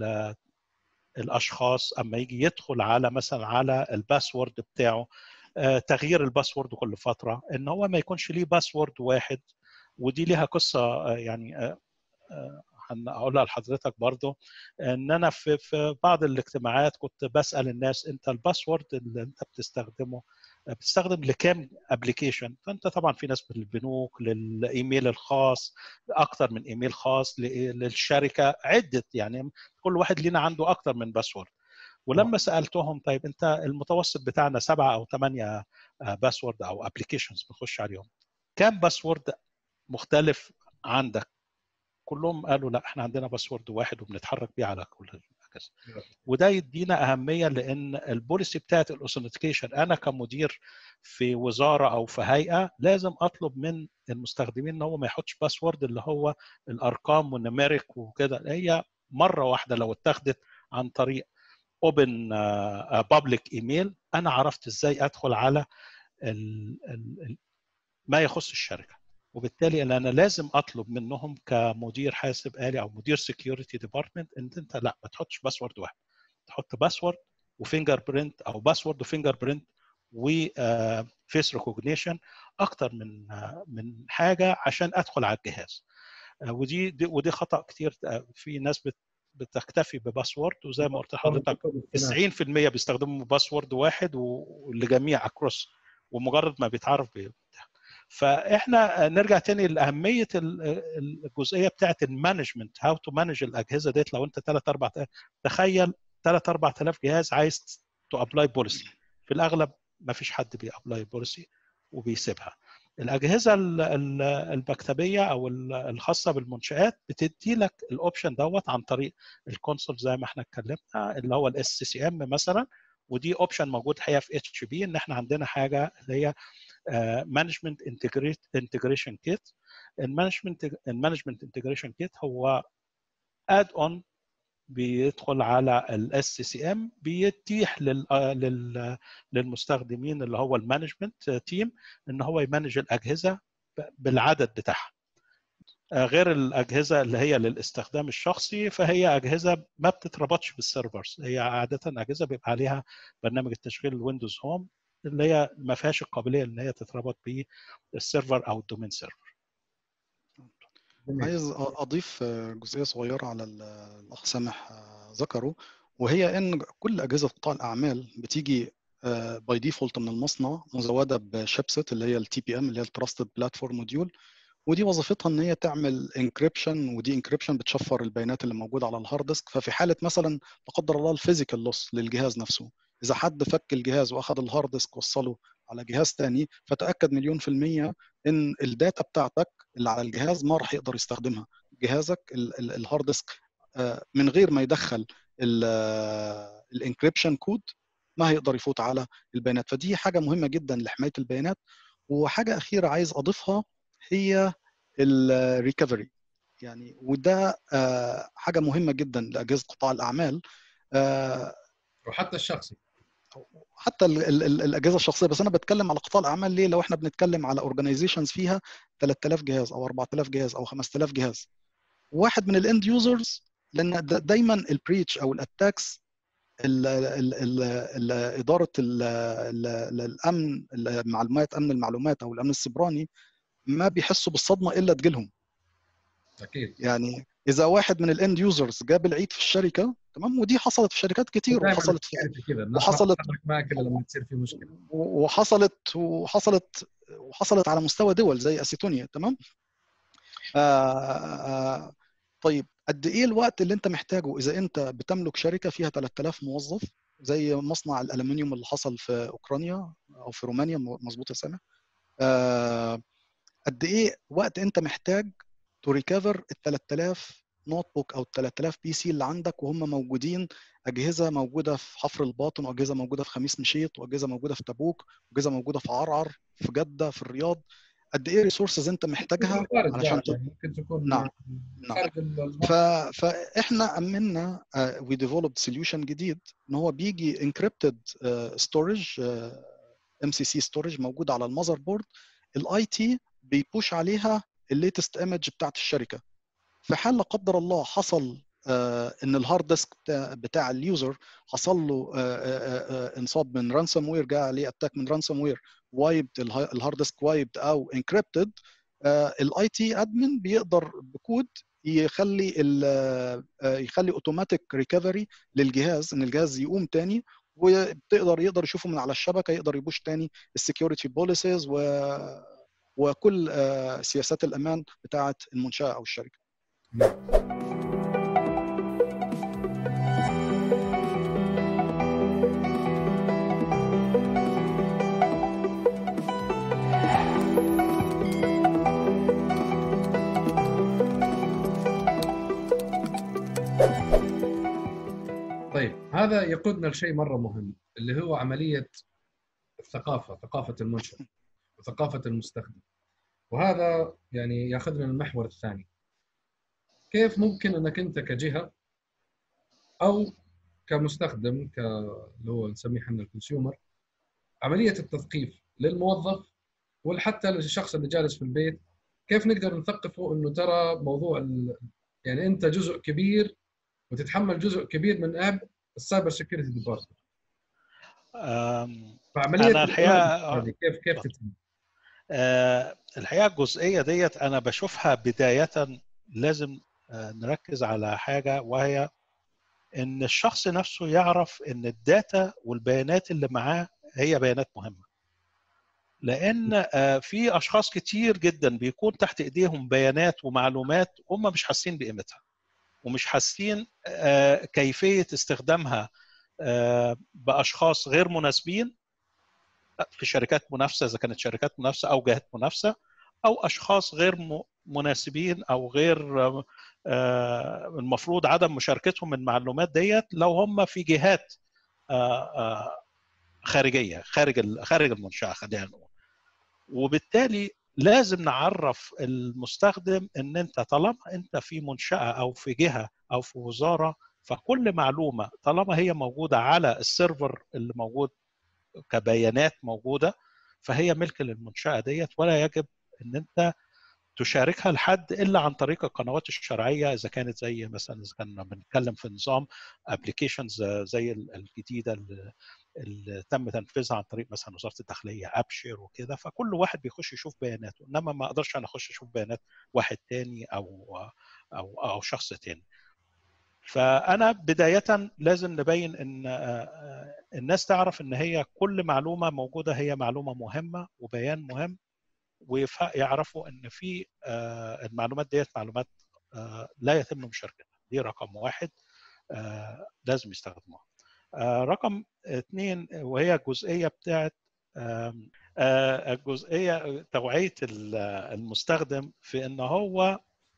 الأشخاص، أما يجي يدخل على مثلا على الباسورد بتاعه، تغيير الباسورد كل فترة، إن هو ما يكونش ليه باسورد واحد. ودي ليها قصة يعني هقولها لحضرتك برضو، ان انا في في بعض الاجتماعات كنت بسال الناس انت الباسورد اللي انت بتستخدمه بتستخدم لكام ابلكيشن؟ فانت طبعا في ناس للبنوك، للايميل الخاص، اكتر من ايميل خاص، للشركه، عده، يعني كل واحد لينا عنده اكتر من باسورد. ولما سالتهم طيب انت المتوسط بتاعنا سبعه او ثمانيه باسورد او ابلكيشنز بنخش عليهم، كام باسورد مختلف عندك؟ كلهم قالوا لا احنا عندنا باسورد واحد وبنتحرك بيه على كل الاجهزه. وده يدينا اهميه، لان البوليسي بتاعت الاوثنتيكيشن انا كمدير في وزاره او في هيئه لازم اطلب من المستخدمين ان هو ما يحطش باسورد اللي هو الارقام والنميريك وكده. هي مره واحده لو اتاخدت عن طريق اوبن بابليك ايميل، انا عرفت ازاي ادخل على ال ال ما يخص الشركه. وبالتالي انا لازم اطلب منهم كمدير حاسب آلي او مدير سكيورتي ديبارتمنت ان انت لا ما تحطش باسورد واحد، تحط باسورد وفينجر برينت او باسورد وفينجر برينت وفيس ريكوجنيشن، اكتر من من حاجه عشان ادخل على الجهاز. ودي دي ودي خطا كتير. في ناس بتكتفي بباسورد، وزي ما قلت لحضرتك تسعين في المية بيستخدموا باسورد واحد ولجميع اكروس، ومجرد ما بيتعرف بتاع. فاحنا نرجع تاني لاهميه الجزئيه بتاعه المانجمنت، هاو تو مانج الاجهزه ديت. لو انت ثلاثة أربعة تخيل ثلاثة أربعة آلاف جهاز عايز تو ابلاي بوليسي، في الاغلب ما فيش حد بيابلاي بوليسي وبيسيبها. الاجهزه المكتبيه او الخاصه بالمنشات بتدي لك الاوبشن دوت عن طريق الكونسول زي ما احنا اتكلمنا، اللي هو الاس سي ام مثلا. ودي اوبشن موجود حقيقه في اتش بي، ان احنا عندنا حاجه اللي هي مانجمنت انتجريشن كيت. المانجمنت المانجمنت انتجريشن كيت هو اد اون بيدخل على الاس سي ام، بيتيح لل للمستخدمين اللي هو المانجمنت تيم ان هو يمانج الاجهزه بالعدد بتاعها، غير الاجهزه اللي هي للاستخدام الشخصي. فهي اجهزه ما بتتربطش بالسيرفرز، هي عاده اجهزه بيبقى عليها برنامج التشغيل الويندوز هوم اللي هي ما فيهاش القابليه ان هي تتربط بالسيرفر او الدومين سيرفر. عايز اضيف جزئيه صغيره على الاخ سامح ذكره، وهي ان كل اجهزه قطاع الاعمال بتيجي باي ديفولت من المصنع مزوده بشيبسيت اللي هي التي بي ام اللي هي التراستد بلاتفورم موديول، ودي وظيفتها ان هي تعمل انكريبشن، ودي انكريبشن بتشفر البيانات اللي موجوده على الهارد ديسك. ففي حاله مثلا لا قدر الله الفيزيكال لوس للجهاز نفسه، اذا حد فك الجهاز واخذ الهارد ديسك وصله على جهاز ثاني، فتاكد مليون في الميه ان الداتا بتاعتك اللي على الجهاز ما راح يقدر يستخدمها. جهازك الهارد ديسك من غير ما يدخل الانكريبشن كود ما هيقدر يفوت على البيانات. فدي حاجه مهمه جدا لحمايه البيانات. وحاجه اخيره عايز اضيفها هي الريكفري، يعني وده حاجه مهمه جدا لاجهزه قطاع الاعمال وحتى الشخصي، حتى ال ال ال الاجهزه الشخصيه. بس انا بتكلم على قطاع الاعمال ليه؟ لو احنا بنتكلم على اورجانيزيشنز فيها ثلاثة آلاف جهاز او أربعة آلاف جهاز او خمسة آلاف جهاز، واحد من الاند يوزرز، لان دايما البريتش او الاتاكس ال ال ال ال اداره ال ال الامن المعلومات، امن المعلومات او الامن السيبراني، ما بيحسوا بالصدمه الا تجيلهم. اكيد يعني اذا واحد من الاند يوزرز جاب العيد في الشركه، تمام، ودي حصلت في شركات كتير، دائما وحصلت في السكيورتي كذا، الناس ما وحصلت تتحرك معك الا لما تصير في مشكله. وحصلت وحصلت وحصلت على مستوى دول زي اسيتونيا، تمام. آه طيب قد ايه الوقت اللي انت محتاجه اذا انت بتملك شركه فيها ثلاثة آلاف موظف زي مصنع الالومنيوم اللي حصل في اوكرانيا او في رومانيا، مظبوط يا سامح؟ آه قد ايه وقت انت محتاج تو ريكفر ال ثلاثة آلاف نوت بوك او ال ثلاثة آلاف بي سي اللي عندك وهم موجودين، اجهزه موجوده في حفر الباطن، واجهزه موجوده في خميس مشيط، واجهزه موجوده في تبوك، واجهزه موجوده في عرعر، في جده، في الرياض. قد ايه ريسورسز انت محتاجها خارج علشان بعد ت... يعني ممكن تكون نعم نعم. خارج ف... المحور. فاحنا امنا وي ديفلوبد سوليوشن جديد ان هو بيجي انكريبتد ستورج، ام سي سي ستورج موجود على المذر بورد. الاي تي بيبوش عليها الليتست ايمج بتاعت الشركه. في حال لا قدر الله حصل آه ان الهارد ديسك بتاع, بتاع اليوزر حصل له آه آه انصاب من رانسوم وير، جاء عليه اتاك من رانسوم وير، وايبد الهارد ديسك، وايبد او انكريبتد، الاي تي ادمن بيقدر بكود يخلي يخلي اوتوماتيك ريكفري للجهاز، ان الجهاز يقوم تاني، وبتقدر يقدر يشوفه من على الشبكه، يقدر يبوش تاني السكيورتي بوليسيز و وكل سياسات الامان بتاعه المنشاه او الشركه. طيب هذا يقودنا لشيء مره مهم اللي هو عمليه الثقافه، ثقافه المنشأ وثقافه المستخدم. وهذا يعني ياخذنا للمحور الثاني، كيف ممكن انك انت كجهه او كمستخدم ك اللي هو نسميه احنا الكونسيومر، عمليه التثقيف للموظف وحتى للشخص اللي جالس في البيت، كيف نقدر نثقفه انه ترى موضوع ال... يعني انت جزء كبير وتتحمل جزء كبير من اب السايبر سيكيورتي ديبارتمنت. فعمليه انا الحقيقه هذه كيف كيف تتم؟ أه الحقيقه الجزئيه ديت انا بشوفها بدايه لازم أه نركز على حاجه، وهي ان الشخص نفسه يعرف ان الداتا والبيانات اللي معاه هي بيانات مهمه. لان أه في اشخاص كتير جدا بيكون تحت ايديهم بيانات ومعلومات هم مش حاسين بقيمتها، ومش حاسين أه كيفيه استخدامها أه باشخاص غير مناسبين في شركات منافسه، اذا كانت شركات منافسه او جهات منافسه، او اشخاص غير مناسبين او غير المفروض عدم مشاركتهم من المعلومات ديت لو هم في جهات خارجيه خارج خارج المنشاه خلينا نقول. وبالتالي لازم نعرف المستخدم ان انت طالما انت في منشاه او في جهه او في وزاره، فكل معلومه طالما هي موجوده على السيرفر اللي موجود كبيانات موجوده، فهي ملك للمنشاه ديت، ولا يجب ان انت تشاركها لحد الا عن طريق القنوات الشرعيه، اذا كانت زي مثلا اذا كنا بنتكلم في نظام ابلكيشنز زي الجديده اللي تم تنفيذها عن طريق مثلا وزاره الداخليه ابشر وكده، فكل واحد بيخش يشوف بياناته، انما ما اقدرش انا اخش اشوف بيانات واحد تاني او او او شخص تاني. فانا بدايه لازم نبين ان الناس تعرف ان هي كل معلومه موجوده هي معلومه مهمه وبيان مهم، ويعرفوا ان في المعلومات ديت معلومات لا يتم مشاركتها. دي رقم واحد لازم يستخدموها. رقم اثنين وهي الجزئيه بتاعت الجزئيه توعيه المستخدم في ان هو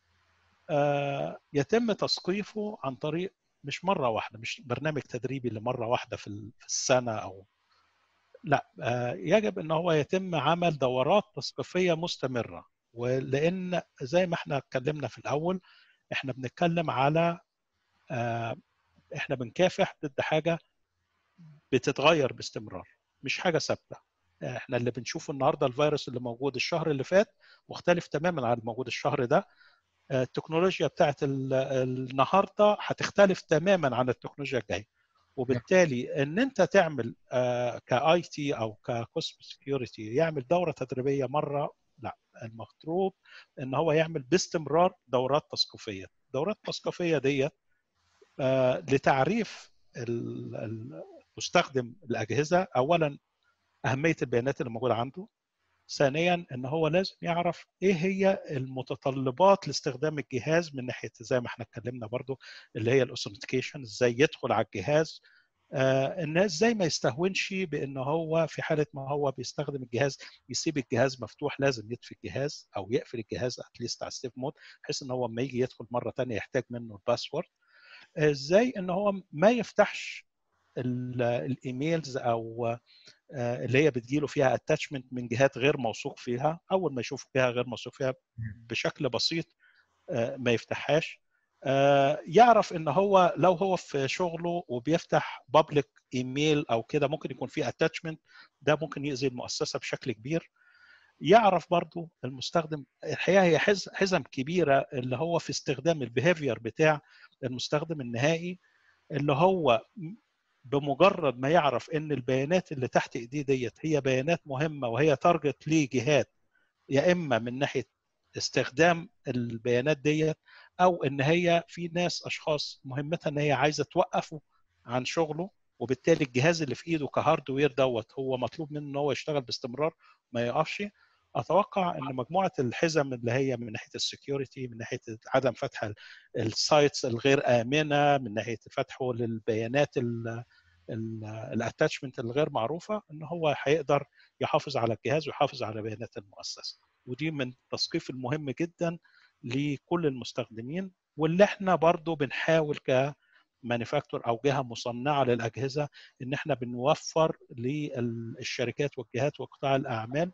يتم تثقيفه عن طريق مش مره واحده، مش برنامج تدريبي لمره واحده في السنه او لا، يجب ان هو يتم عمل دورات تثقيفيه مستمره. ولان زي ما احنا اتكلمنا في الاول، احنا بنتكلم على احنا بنكافح ضد حاجه بتتغير باستمرار، مش حاجه ثابته. احنا اللي بنشوفه النهارده الفيروس اللي موجود الشهر اللي فات مختلف تماما عن الموجود الشهر ده. التكنولوجيا بتاعت النهارده هتختلف تماما عن التكنولوجيا الجايه، وبالتالي ان انت تعمل كاي تي او ككوست سكيورتي يعمل دوره تدريبيه مره، لا، المفروض ان هو يعمل باستمرار دورات تثقيفيه. دورات تثقيفيه ديت آه لتعريف المستخدم الاجهزه، اولا اهميه البيانات اللي موجوده عنده، ثانيا ان هو لازم يعرف ايه هي المتطلبات لاستخدام الجهاز من ناحيه زي ما احنا اتكلمنا برضو اللي هي الاوثنتيكيشن، ازاي يدخل على الجهاز، آه الناس ازاي ما يستهونش بان هو في حاله ما هو بيستخدم الجهاز يسيب الجهاز مفتوح، لازم يطفي الجهاز او يقفل الجهاز اتليست على السيف مود، بحيث ان هو لما يجي يدخل مره ثانيه يحتاج منه الباسورد. ازاي ان هو ما يفتحش الايميلز او اللي هي بتجيله فيها اتاتشمنت من جهات غير موثوق فيها، اول ما يشوف فيها غير موثوق فيها بشكل بسيط ما يفتحهاش. يعرف ان هو لو هو في شغله وبيفتح بابليك ايميل او كده ممكن يكون فيه اتاتشمنت، ده ممكن يؤذي المؤسسه بشكل كبير. يعرف برضو المستخدم، الحقيقه هي حزم كبيره اللي هو في استخدام البيهيفير بتاع المستخدم النهائي، اللي هو بمجرد ما يعرف ان البيانات اللي تحت ايديه ديت هي بيانات مهمه وهي تارجت لجهات، يا اما من ناحيه استخدام البيانات ديت او ان هي في ناس اشخاص مهمتها ان هي عايزه توقفه عن شغله، وبالتالي الجهاز اللي في ايده كهاردوير دوت هو مطلوب منه ان هو يشتغل باستمرار ما يقفش. اتوقع ان مجموعه الحزم اللي هي من ناحيه السكيورتي، من ناحيه عدم فتح السايتس الغير امنه، من ناحيه فتحه للبيانات الاتاتشمنت الغير معروفه، ان هو هيقدر يحافظ على الجهاز ويحافظ على بيانات المؤسسه. ودي من التثقيف المهم جدا لكل المستخدمين، واللي احنا برضو بنحاول كمانيفاكتور او جهه مصنعه للاجهزه ان احنا بنوفر للشركات والجهات وقطاع الاعمال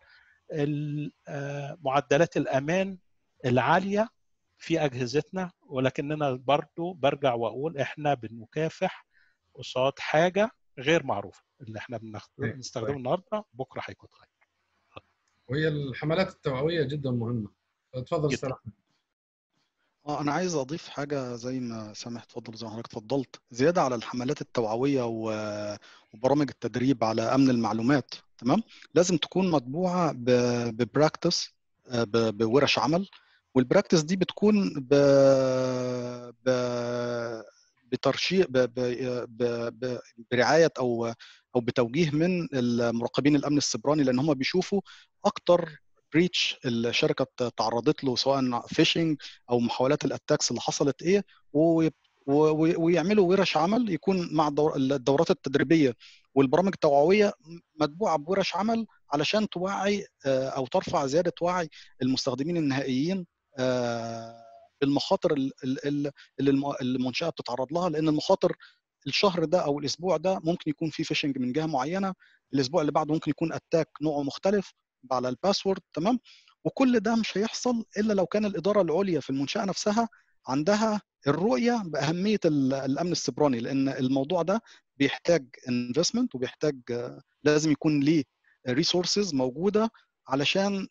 معدلات الامان العاليه في اجهزتنا. ولكننا برضو برجع واقول احنا بنكافح قصاد حاجه غير معروفه، اللي احنا بنستخدمه النهارده بكره هيكون غير. وهي الحملات التوعويه جدا مهمه. تفضل استاذ احمد. اه انا عايز اضيف حاجه زي ما سامح اتفضل، زي ما حضرتك اتفضلت، زياده على الحملات التوعويه وبرامج التدريب على امن المعلومات. تمام، لازم تكون مطبوعه ببراكتس، بورش عمل، والبراكتس دي بتكون ب ب بترشيح ب... ب... ب... ب... برعايه او او بتوجيه من المراقبين الامن السيبراني، لان هم بيشوفوا اكتر بريتش الشركه تعرضت له، سواء فيشنج او محاولات الاتاكس اللي حصلت ايه، و... و... ويعملوا ورش عمل يكون مع الدور... الدورات التدريبيه والبرامج التوعويه متبوعه بورش عمل علشان توعي او ترفع زياده وعي المستخدمين النهائيين بالمخاطر اللي المنشاه بتتعرض لها. لان المخاطر الشهر ده او الاسبوع ده ممكن يكون في فيشنج من جهه معينه، الاسبوع اللي بعده ممكن يكون اتاك نوعه مختلف على الباسورد. تمام، وكل ده مش هيحصل الا لو كان الاداره العليا في المنشاه نفسها عندها الرؤيه باهميه الامن السيبراني، لان الموضوع ده بيحتاج انفستمنت وبيحتاج لازم يكون ليه ريسورسز موجوده علشان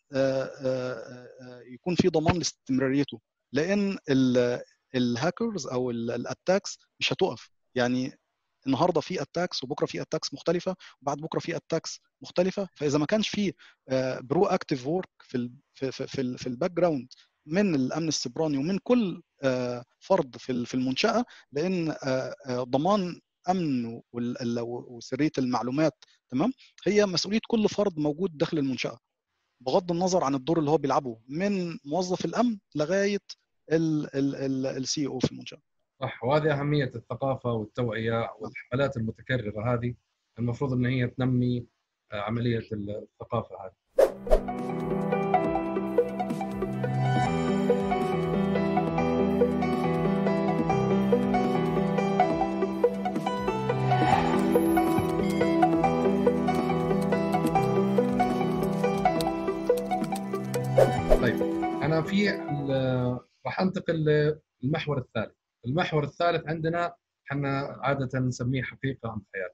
يكون في ضمان لاستمراريته، لان الهاكرز او الاتاكس مش هتقف. يعني النهارده في اتاكس وبكره في اتاكس مختلفه وبعد بكره في اتاكس مختلفه، فاذا ما كانش في برو اكتيف وورك في في في في الباك جراوند من الامن السيبراني ومن كل فرد في في المنشاه، لان ضمان امن وسريه المعلومات تمام هي مسؤوليه كل فرد موجود داخل المنشاه، بغض النظر عن الدور اللي هو بيلعبه من موظف الامن لغايه السي او في المنشاه. صح، وهذه أهمية الثقافة والتوعية والحملات المتكررة هذه، المفروض أن هي تنمي عملية الثقافة هذه. طيب أنا في راح أنتقل للمحور الثالث. المحور الثالث عندنا احنا عادة نسميه حقيقة أم خيال.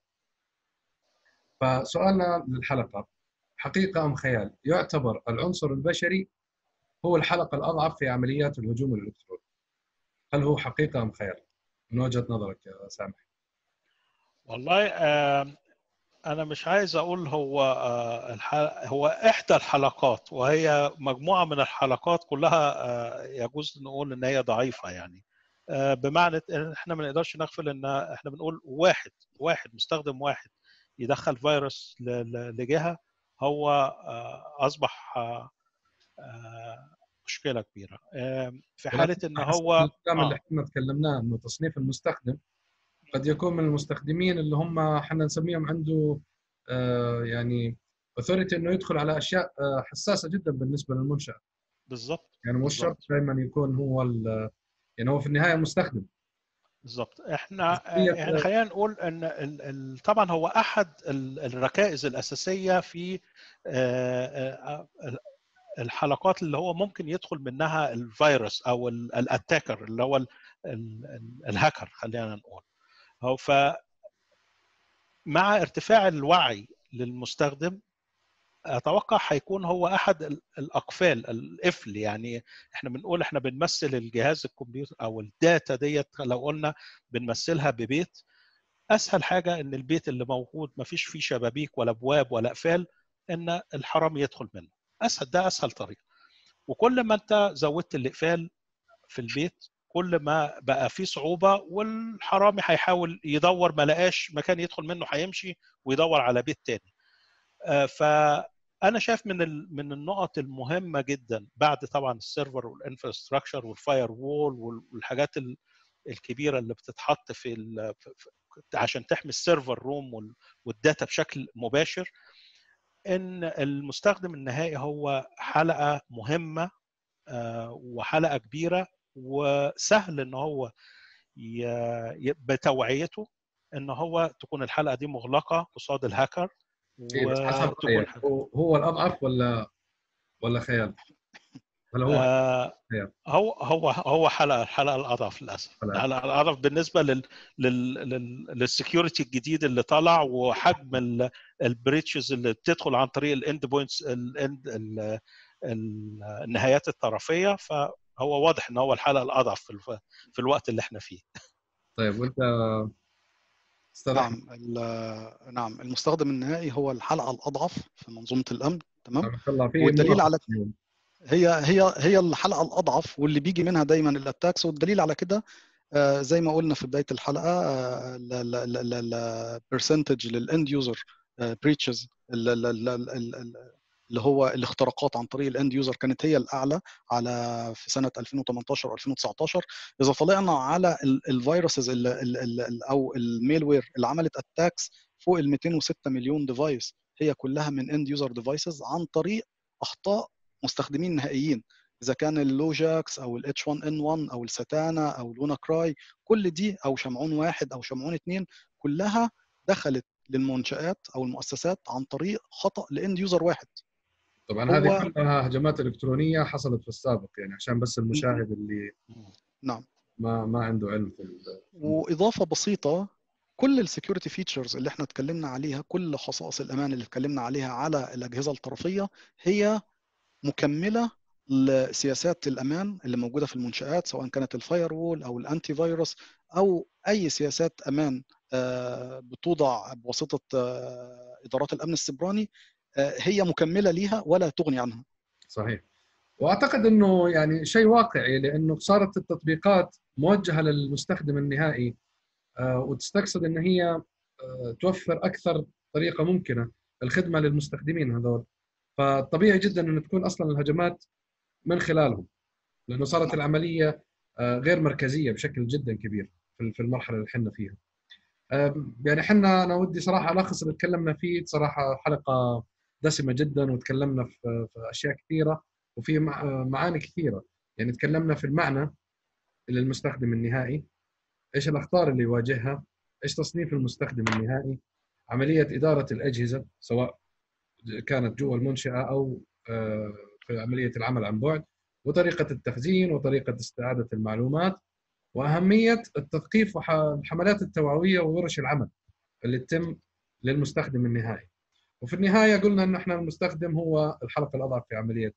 فسؤالنا للحلقة، حقيقة أم خيال؟ يعتبر العنصر البشري هو الحلقة الأضعف في عمليات الهجوم الإلكتروني. هل هو حقيقة أم خيال من وجهة نظرك يا سامح؟ والله آه انا مش عايز اقول هو آه الح- هو احدى الحلقات، وهي مجموعه من الحلقات كلها آه يجوز نقول ان هي ضعيفه يعني. آه بمعنى ان احنا ما نقدرش نغفل ان احنا بنقول واحد واحد مستخدم واحد يدخل فيروس ل- ل- لجهه، هو آه اصبح آه آه مشكله كبيره. آه في حاله ولكن ان حسب هو الكلام اللي اه احنا تكلمناه انه تصنيف المستخدم قد يكون من المستخدمين اللي هم احنا نسميهم عنده آه يعني authority انه يدخل على اشياء آه حساسه جدا بالنسبه للمنشاه. بالظبط يعني مش شرط بالظبط دائما يكون هو ال- يعني هو في النهايه مستخدم. بالظبط. احنا آه، هي يعني خلينا نقول ان ال- ال- طبعا هو احد ال- الركائز الاساسيه في آه، آه، الحلقات اللي هو ممكن يدخل منها الفيروس او ال- الاتاكر اللي هو ال- ال- ال- الهاكر خلينا نقول. هو فمع ارتفاع الوعي للمستخدم اتوقع هيكون هو احد ال- الاقفال القفل. يعني احنا بنقول احنا بنمثل الجهاز الكمبيوتر او الداتا ديت، لو قلنا بنمثلها ببيت، اسهل حاجه ان البيت اللي موجود ما فيش فيه شبابيك ولا ابواب ولا اقفال، ان الحرامي يدخل منه. اسهل، ده اسهل طريقه. وكل ما انت زودت الاقفال في البيت كل ما بقى فيه صعوبه، والحرامي هيحاول يدور، ما لقاش مكان يدخل منه هيمشي ويدور على بيت تاني. آه، فانا شايف من ال- من النقط المهمه جدا بعد طبعا السيرفر والانفراستراكشر والفاير وول والحاجات ال- الكبيره اللي بتتحط في ال- في- في- عشان تحمي السيرفر روم وال- والداتا بشكل مباشر، ان المستخدم النهائي هو حلقه مهمه آه، وحلقه كبيره، وسهل ان هو ي- ي- بتوعيته ان هو تكون الحلقه دي مغلقه قصاد الهاكر إيه بس حسب وتكون رايك هو هو الاضعف ولا ولا خيال؟ هل هو آه، خيال؟ هو هو هو حلقه الحلقه الاضعف للاسف. ولا الحلقه الاضعف بالنسبه لل لل لل للسكيورتي الجديد اللي طلع، وحجم ال- البريتشز اللي بتدخل عن طريق الاند بوينتس، الاند ال- ال- النهايات الطرفيه. فهو واضح ان هو الحلقه الاضعف في الف- في الوقت اللي احنا فيه. طيب وانت استاذ احمد؟ نعم ال- نعم المستخدم النهائي هو الحلقة الأضعف في منظومة الأمن، تمام. ما شاء الله في والدليل ملاحظه على اليوم. هي هي هي الحلقة الأضعف واللي بيجي منها دايما الأتاكس، والدليل على كده آه، زي ما قلنا في بداية الحلقة البرسنتج للاند يوزر بريتشز اللي هو الاختراقات عن طريق الاند يوزر كانت هي الاعلى على في سنه ألفين وثمانية عشر و2019. اذا طلعنا على الفيروسز او الميل وير اللي عملت اتاكس فوق ال مئتين وستة مليون ديفايس، هي كلها من اند يوزر ديفايسز عن طريق اخطاء مستخدمين نهائيين، اذا كان اللوجاكس او الاتش واحد ان واحد او الساتانا او لونا كراي، كل دي او شمعون واحد او شمعون اثنين، كلها دخلت للمنشآت او المؤسسات عن طريق خطأ لاند يوزر واحد. طبعا هذه هو كلها هجمات الكترونيه حصلت في السابق، يعني عشان بس المشاهد اللي نعم. ما ما عنده علم في الموضوع. واضافه بسيطه، كل السكيورتي فيتشرز اللي احنا اتكلمنا عليها، كل خصائص الامان اللي اتكلمنا عليها على الاجهزه الطرفيه، هي مكمله لسياسات الامان اللي موجوده في المنشآت، سواء كانت الفاير وول او الانتي فيروس او اي سياسات امان آه، بتوضع بواسطه آه، ادارات الامن السيبراني، آه، هي مكمله ليها ولا تغني عنها. صحيح. واعتقد انه يعني شيء واقعي، لانه صارت التطبيقات موجهه للمستخدم النهائي آه، وتستقصد ان هي آه، توفر اكثر طريقه ممكنه الخدمه للمستخدمين هذول. فطبيعي جدا انه تكون اصلا الهجمات من خلالهم، لانه صارت نعم. العمليه آه، غير مركزيه بشكل جدا كبير في في المرحله اللي احنا فيها. آه، يعني احنا انا ودي صراحه الخص اللي تكلمنا فيه، صراحه حلقه دسمه جدا، وتكلمنا في في اشياء كثيره وفي مع- آه، معاني كثيره. يعني تكلمنا في المعنى للمستخدم النهائي، ايش الاخطار اللي يواجهها، ايش تصنيف المستخدم النهائي، عمليه اداره الاجهزه سواء كانت جوا المنشاه او آه، في عمليه العمل عن بعد، وطريقه التخزين وطريقه استعاده المعلومات، واهميه التثقيف والحملات التوعويه وورش العمل اللي تتم للمستخدم النهائي. وفي النهايه قلنا ان احنا المستخدم هو الحلقه الاضعف في عمليه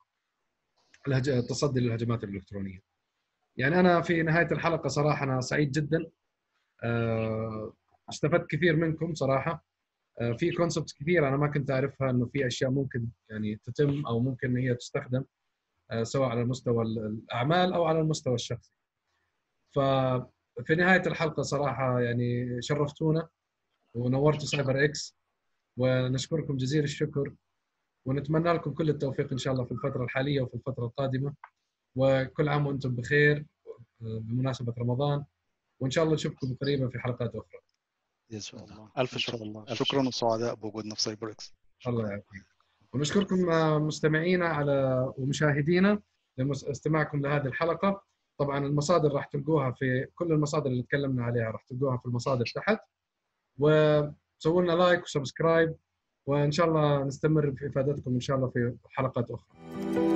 الهج- التصدي للهجمات الالكترونيه. يعني انا في نهايه الحلقه صراحه انا سعيد جدا، آه، استفدت كثير منكم صراحه. في كونسبتس كثير انا ما كنت اعرفها، انه في اشياء ممكن يعني تتم او ممكن هي تستخدم سواء على مستوى الاعمال او على المستوى الشخصي. ففي نهايه الحلقه صراحه يعني شرفتونا ونورتوا سايبر اكس، ونشكركم جزيل الشكر، ونتمنى لكم كل التوفيق ان شاء الله في الفتره الحاليه وفي الفتره القادمه، وكل عام وانتم بخير بمناسبه رمضان، وان شاء الله نشوفكم قريبا في حلقات اخرى. باذن الله. الف ان شكر. شاء الله. ألف شكرا شكر. وسعداء بوجودنا في سايبر اكس. الله يعافيك. ونشكركم مستمعينا على ومشاهدينا لاستماعكم لهذه الحلقه. طبعا المصادر راح تلقوها في كل المصادر اللي تكلمنا عليها، راح تلقوها في المصادر تحت، وسووا لنا لايك وسبسكرايب، وان شاء الله نستمر في افادتكم ان شاء الله في حلقات اخرى.